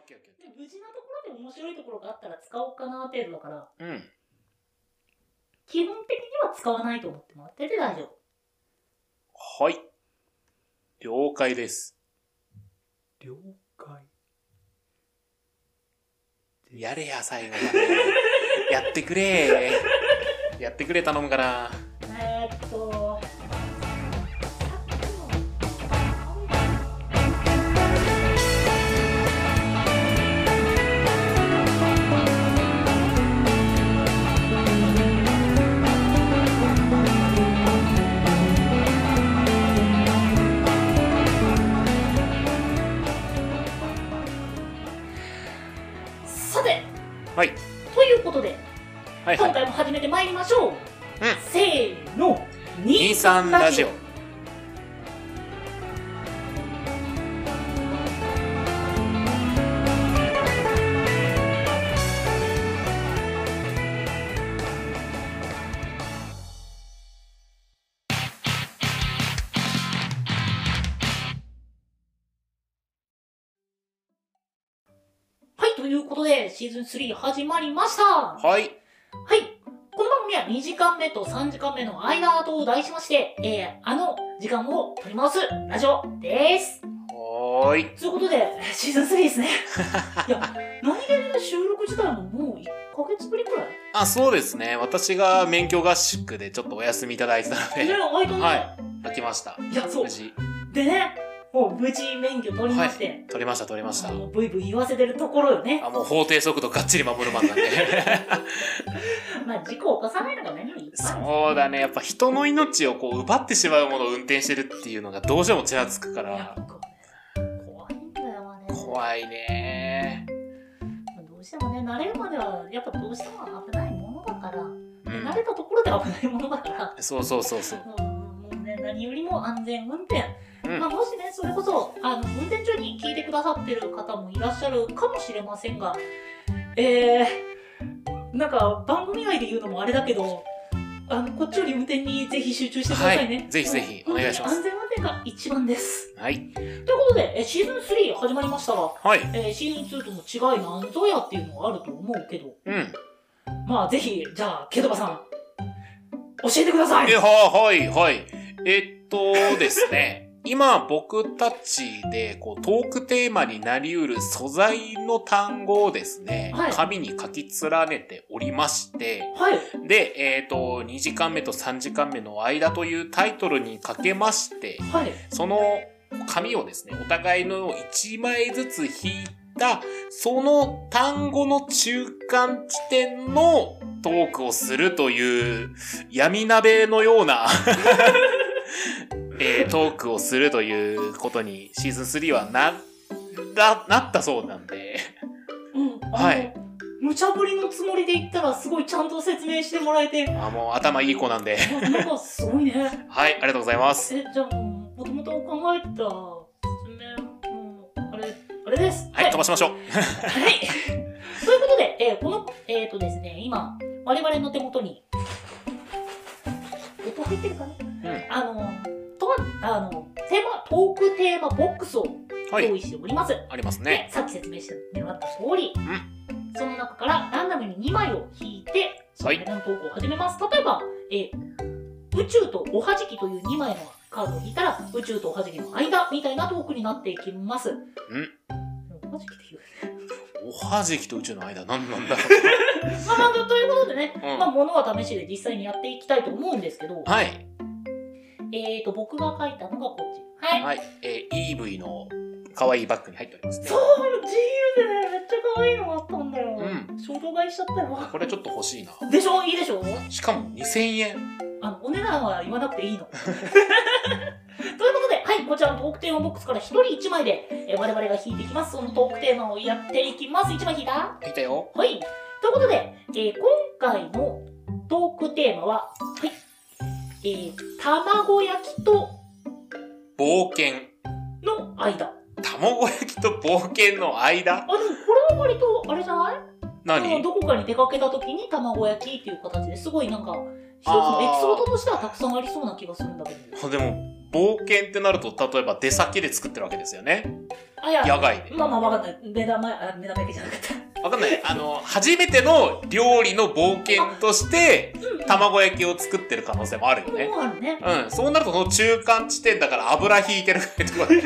ケーオッケーオッケ無事なところで面白いところがあったら使おうかな程度だから、 ー。うん。 基本的には使わないと思ってもらってて大丈夫。 はい。了解です。 了解。 やれや、最後まで。やってくれ。やってくれ、頼むから。 さて、 はい。 ということで、 はいはい。 今回も始めてまいりましょう。せーの、 23ラジオ。 はい、ということで、シーズン3始まりました。 はい。 はい。この番組は2時間目と3時間目の間と題しまして、あの時間を取り回すラジオです。 はーい。 ということで、シーズン3ですね。いや、何気に収録自体ももう1ヶ月ぶりくらい？ あ、そうですね。私が免許合宿でちょっとお休みいただいてたので。はい。開きました。 いや、そう。 無事。 でね、もう無事免許取りまして。はい、 取りました。 もうブイブイ言わせてるところよね。 もう法定速度がっちり守るマンなんで。 まあ、事故を起こさないのが何より。 そうだね。やっぱ人の命をこう奪ってしまうものを運転してるっていうのがどうしてもちらつくから。 怖いんだよね。 怖いね。 どうしてもね、慣れるまではやっぱどうしても危ないものだから、慣れたところで危ないものだから。 そう。 もうね、何よりも安全運転。まあ、もしね、それこそ運転中に聞いてくださってる方もいらっしゃるかもしれませんが、なんか番組外で言うのもあれだけど、こっちより運転にぜひ集中してくださいね。 はい、ぜひお願いします。 安全運転が一番です。 はい。 ということで、シーズン3始まりましたが、 はい。 シーズン2との違いなんぞやっていうのがあると思うけど、まあぜひ、じゃあ、ケトバさん、教えてください。 はい。ですね。今僕たちでこうトークテーマになり得る素材の単語をですね、紙に書き連ねておりまして、で、2時間目と3時間目の間というタイトルにかけまして、その紙をですね、お互いの1枚ずつ引いた、その単語の中間地点のトークをするという闇鍋のようなトークをするということにシーズン3はなったそうなんで。はい。 無茶ぶりのつもりで言ったらすごいちゃんと説明してもらえて。 もう頭いい子なんで。 なんかすごいね。 はい、ありがとうございます。 じゃあもともと考えてた説明、あれです。 はい、飛ばしましょう。はい。 ということで、この、ですね、今、我々の手元に、音入ってるかな？トークテーマボックスを用意しております。 ありますね。 さっき説明してもらった通り、その中からランダムに2枚を引いて、それのトークを始めます。例えば、宇宙とおはじきという2枚のカードを引いたら、宇宙とおはじきの間みたいなトークになっていきます。おはじきって言う。 おはじきと宇宙の間、なんだろう。 ということでね、ものは試しで実際にやっていきたいと思うんですけど、 はい。 僕が書いたのがこっち。 はい。EV の可愛いバッグに入っておりますね。 そう、自由でね、めっちゃ可愛いのがあったんだよ。衝動買いしちゃったよ。 これちょっと欲しいな。 でしょ？いいでしょ？ しかも2000円。 お値段は言わなくていいの。ということで、はい、こちらのトークテーマボックスから1人1枚で、我々が引いていきます。そのトークテーマをやっていきます。1枚引いた？ 引いたよ。 はい。ということで、今回のトークテーマは、はい。卵焼きと冒険の間。 卵焼きと冒険の間？ でもこれは割と、あれじゃない？ 何？ どこかに出かけた時に卵焼きっていう形ですごいなんか、一つのエピソードとしてはたくさんありそうな気がするんだけど。 でも、 冒険ってなると、例えば出先で作ってるわけですよね。野外で。 まあわかんない。目玉焼きじゃなかった。 わかんない。初めての料理の冒険として、卵焼きを作ってる可能性もあるよね。 あるね。 うん。そうなると、その中間地点だから油引いてるぐらいとか。という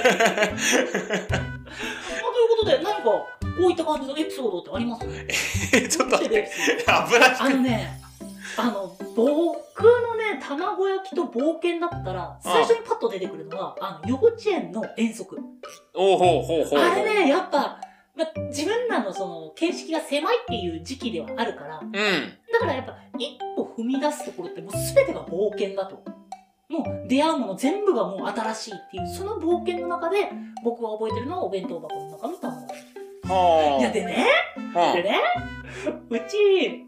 ことで、何か、こういった感じのエピソードってあります？ ちょっと待って、油引く。 僕のね、卵焼きと冒険だったら、最初にパッと出てくるのは、幼稚園の遠足。あれね、やっぱ、自分らのその、見識が狭いっていう時期ではあるから、だからやっぱ、一歩踏み出すところってもう全てが冒険だと。もう出会うもの全部がもう新しいっていう、その冒険の中で、僕が覚えてるのはお弁当箱の中の卵焼き。いや、でね、うち、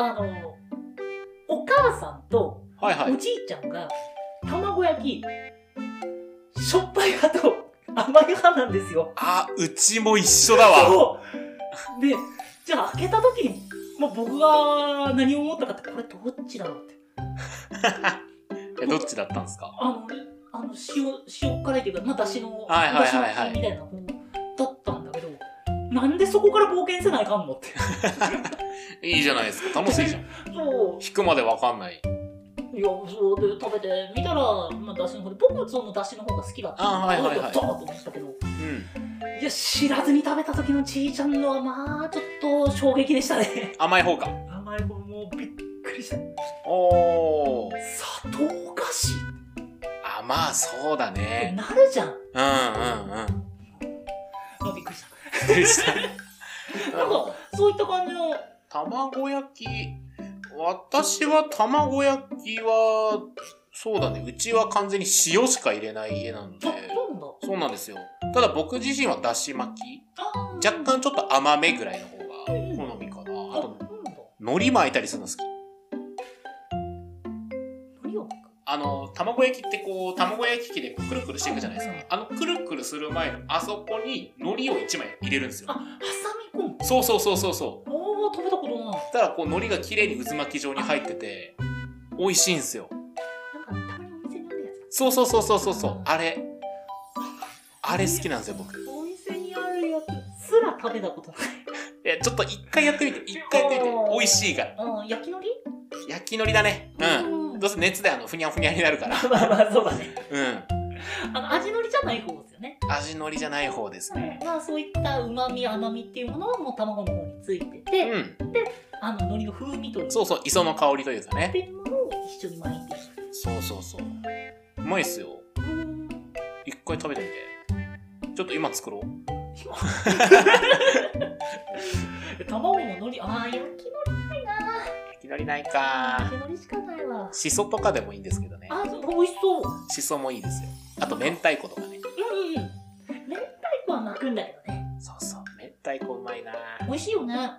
お母さんとおじいちゃんが卵焼きしょっぱい派と甘い派なんですよ。 うちも一緒だわ。 そうで、じゃあ開けた時にもう僕が何を思ったかって、これどっちだろうってどっちだったんですか？ 塩辛いというか、だしのみたいなものだったんだけど、なんでそこから冒険せないかんのっていいじゃないですか。楽しいじゃん。 そう。 引くまでわかんない。 いや、そうで食べてみたら、だしの方で、僕はそのだしの方が好きだった。ドーッと思ったけど。いや、知らずに食べた時のちいちゃんのは、まあ、ちょっと衝撃でしたね。 甘い方か。 甘い方、もうびっくりした。砂糖菓子。 まあ、そうだね。 なるじゃん。びっくりした。びっくりした。なんか、そういった感じの。 卵焼き。私は卵焼きは、そうだね。うちは完全に塩しか入れない家なので。そうなんですよ。ただ僕自身はだし巻き。若干ちょっと甘めぐらいの方が好みかな。あと、海苔巻いたりするの好き。卵焼きってこう、卵焼き器でくるくるしていくじゃないですか。くるくるする前のあそこに海苔を1枚入れるんですよ。 挟み込む。 そう。 食べたことない。 たらこう海苔が綺麗に渦巻き状に入ってて、美味しいんですよ。 なんかたまにお店にあるやつ。 そう。あれ好きなんですよ、僕。 お店にあるやつすら食べたことない。 いや、ちょっと一回やってみて。美味しいから。 焼き海苔？ 焼き海苔だね。どうせ熱でふにゃふにゃになるから。 まあそうだね。味海苔じゃない方ですよね。 味海苔じゃない方ですね。 そういった旨味、甘みっていうものはもう卵の方についてて、で、海苔の風味というか。 そう、磯の香りというかね。 っていうものを一緒に巻いていく。 そう。うまいっすよ。一回食べてみて。ちょっと今作ろう。 卵の海苔、焼き海苔ないな。 焼き海苔ないか。 焼き海苔しかないわ。 しそとかでもいいんですけどね。 美味しそう。 しそもいいですよ。あと明太子とかね。 明太子は巻くんだけどね。 そう。明太子うまいな。 美味しいよね。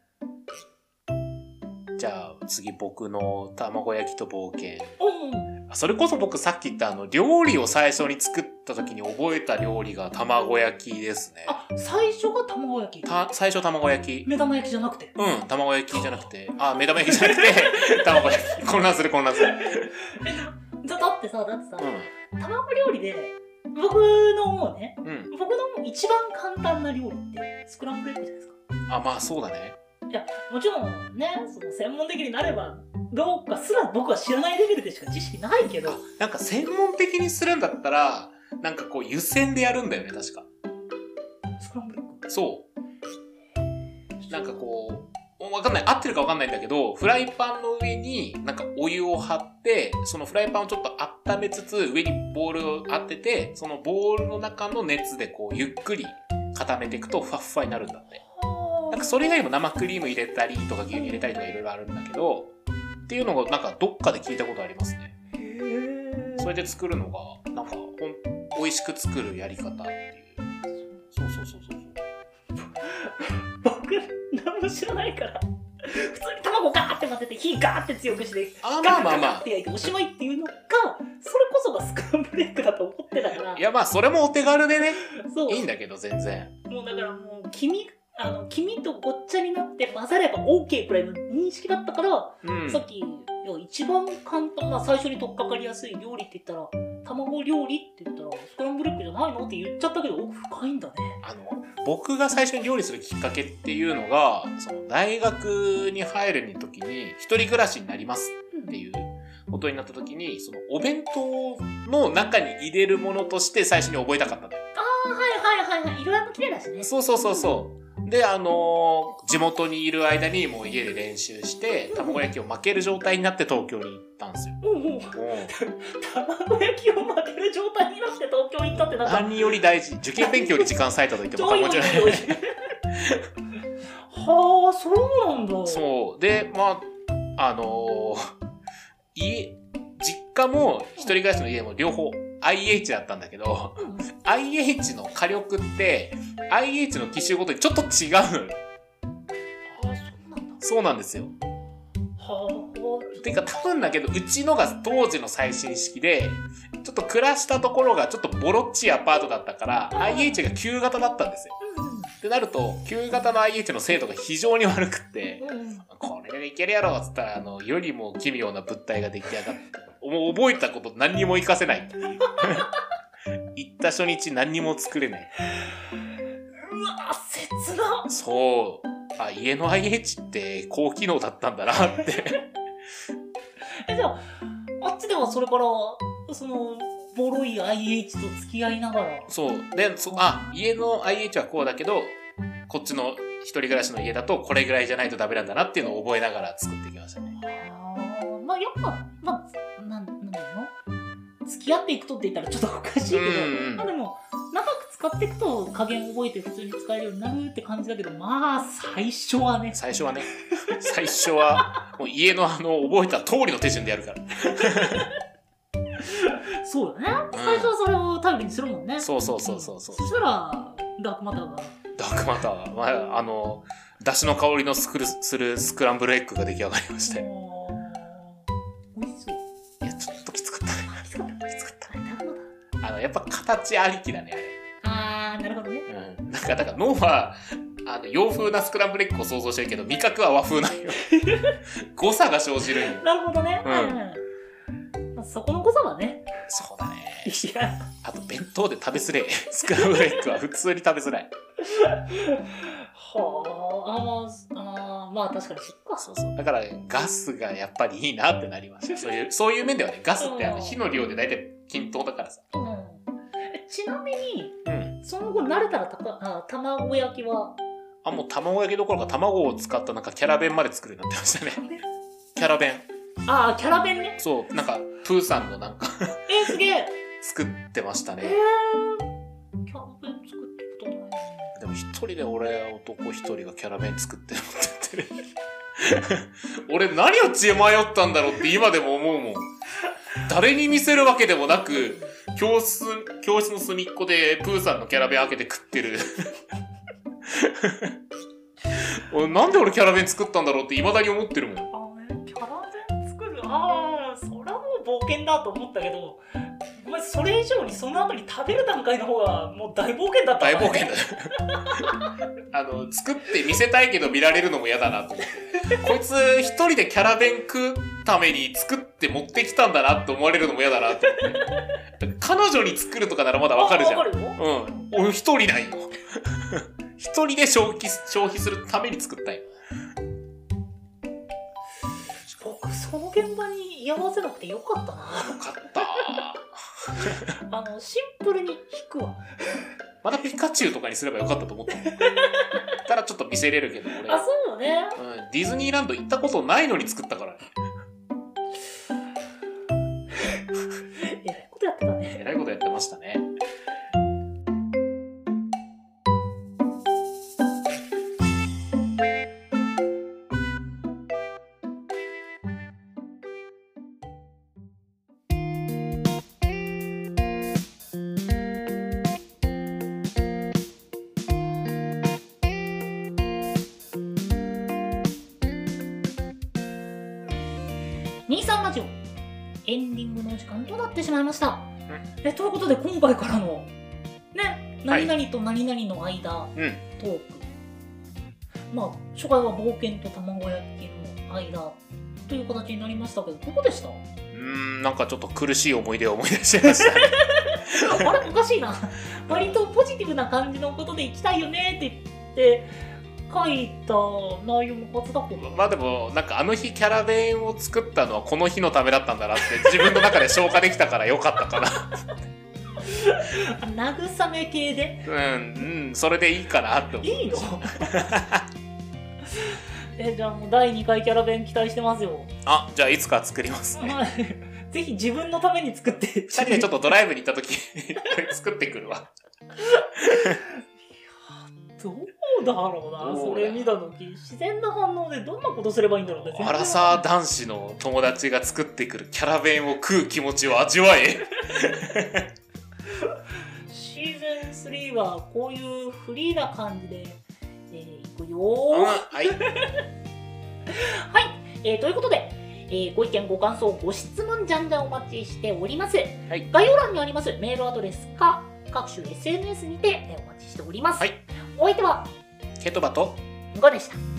じゃあ次僕の卵焼きと冒険。それこそ僕さっき言った料理を最初に作った時に覚えた料理が卵焼きですね。 最初が卵焼き？ 最初卵焼き。 目玉焼きじゃなくて？ 卵焼きじゃなくて。目玉焼きじゃなくて、卵焼き。混乱する。 だってさ、卵料理で、僕の思うね。僕の思う一番簡単な料理ってスクランブルエッグじゃないですか。 まあそうだね。 いや、もちろんね、その専門的になれば、どうかすら僕は知らないレベルでしか知識ないけど。 なんか専門的にするんだったら、なんかこう湯煎でやるんだよね、確か。 スクランブルエッグ？ そう。なんかこう、わかんない。合ってるかわかんないんだけど、フライパンの上になんかお湯を張って、そのフライパンをちょっと温めつつ、上にボールを当てて、そのボールの中の熱でこうゆっくり固めていくとふわっふわになるんだって。なんかそれ以外にも生クリーム入れたりとか牛乳入れたりとかいろいろあるんだけど、っていうのがなんかどっかで聞いたことありますね。それで作るのがなんか美味しく作るやり方っていう。そう。 僕何も知らないから、普通に卵ガーって混ぜて火ガーって強くしてガーって焼いておしまいっていうのが、それこそがスクランブルエッグだと思ってたから。 いやそれもお手軽でね、いいんだけど全然。 もうだからもう黄身とごっちゃになって混ざれば OK くらいの認識だったから、さっき一番簡単な最初に取っかかりやすい料理って言ったら卵料理って言ったらスクランブルエッグじゃないのって言っちゃったけど、深いんだね。 僕が最初に料理するきっかけっていうのが、その大学に入る時に一人暮らしになりますっていうことになった時に、そのお弁当の中に入れるものとして最初に覚えたかったんだよ。 はい。色合いも綺麗だしね。 そう。で、地元にいる間にもう家で練習して、卵焼きを巻ける状態になって東京に行ったんですよ。 卵焼きを巻ける状態になって東京行ったってなんか。 何より大事。受験勉強に時間割いたと言っても過言じゃない。 はあ、そうなんだ。 そう。で、実家も一人暮らしの家も両方 IH だったんだけど、IH の火力って、IH の機種ごとにちょっと違うのよ。そうなんですよ。てか多分だけど、うちのが当時の最新式で、ちょっと暮らしたところがちょっとボロっちいアパートだったから、IH が旧型だったんですよ。ってなると、旧型の IH の精度が非常に悪くって、これでいけるやろっつったら、よりも奇妙な物体が出来上がって、もう覚えたこと何にも活かせないっていう。行った初日何にも作れない。 うわ、切な。 そう。家の IH って高機能だったんだなって。 じゃあ、あっちではそれから、ボロい IH と付き合いながら。 そう。で、家の IH はこうだけど、こっちの一人暮らしの家だとこれぐらいじゃないとダメなんだなっていうのを覚えながら作ってきましたね。 やっぱ、なんだろう、付き合っていくとって言ったらちょっとおかしいけど、でも、長く使っていくと加減覚えて普通に使えるようになるって感じだけど、最初はね。最初は、 もう家の覚えた通りの手順でやるから。 そうだね。最初はそれを頼りにするもんね。 そう。そしたら、ダークマターが。 だしの香りのするスクランブルエッグが出来上がりまして。 美味しそう。 いや、ちょっときつかったね。きつかった。やっぱ形ありきだね、 あれ。なるほどね。 だから脳は、洋風なスクランブルエッグを想像してるけど、味覚は和風なんよ。誤差が生じるんよ。 なるほどね。そこの誤差はね。 そうだね。あと、弁当で食べづれえ。スクランブルエッグは普通に食べづらい。 確かにそっか。 だからガスがやっぱりいいなってなりました。そういう面ではね、ガスって火の量で大体均等だからさ。 ちなみに、その後慣れたら卵焼きはもう卵焼きどころか卵を使ったなんかキャラ弁まで作るようになってましたね。キャラ弁。 キャラ弁ね。 そう、なんかプーさんのなんかすげえ作ってましたね。 キャラ弁作ってことないね。 でも一人で男一人がキャラ弁作ってるって言ってる。俺何を知恵迷ったんだろうって今でも思うもん。誰に見せるわけでもなく、教室の隅っこでプーさんのキャラ弁開けて食ってる。なんで俺キャラ弁作ったんだろうって未だに思ってるもん。 キャラ弁作る？それはもう冒険だと思ったけど、ごめん、それ以上にその後に食べる段階の方がもう大冒険だった、 大冒険だ。作って見せたいけど見られるのも嫌だなと思って。こいつ一人でキャラ弁食うために作って持ってきたんだなって思われるのも嫌だなと思って。彼女に作るとかならまだわかるじゃん。俺一人だよ。一人で消費するために作ったよ。 僕その現場に居合わせなくてよかったな。よかった。 シンプルに引くわ。 またピカチュウとかにすればよかったと思った。たらちょっと見せれるけど俺。 そうよね。 ディズニーランド行ったことないのに作ったから。 えらいことやってたね。 えらいことやってましたね。 23ラジオエンディングの時間となってしまいました。ということで今回からのね、何々と何々の間、トーク、初回は冒険と卵焼きの間という形になりましたけど、どうでした？ なんかちょっと苦しい思い出を思い出しましたね。 あれおかしいな。割とポジティブな感じのことで行きたいよねって言って書いた内容のはずだけど。 まあでもなんかあの日キャラ弁を作ったのはこの日のためだったんだなって自分の中で消化できたからよかったかな。慰め系で。 それでいいかなって思う。 いいの？じゃあもう第2回キャラ弁期待してますよ。 じゃあいつか作りますね。 ぜひ自分のために作って。 2人でちょっとドライブに行った時作ってくるわ。 どうだろうな、それ見た時自然な反応でどんなことすればいいんだろうね。 アラサー男子の友達が作ってくるキャラ弁を食う気持ちを味わえ。 シーズン3はこういうフリーな感じで、いくよはい、 はい、ということで、ご意見ご感想ご質問じゃんじゃんお待ちしております、はい、概要欄にありますメールアドレスか各種 SNS にてお待ちしております、はい、お相手はケトバとゴでした。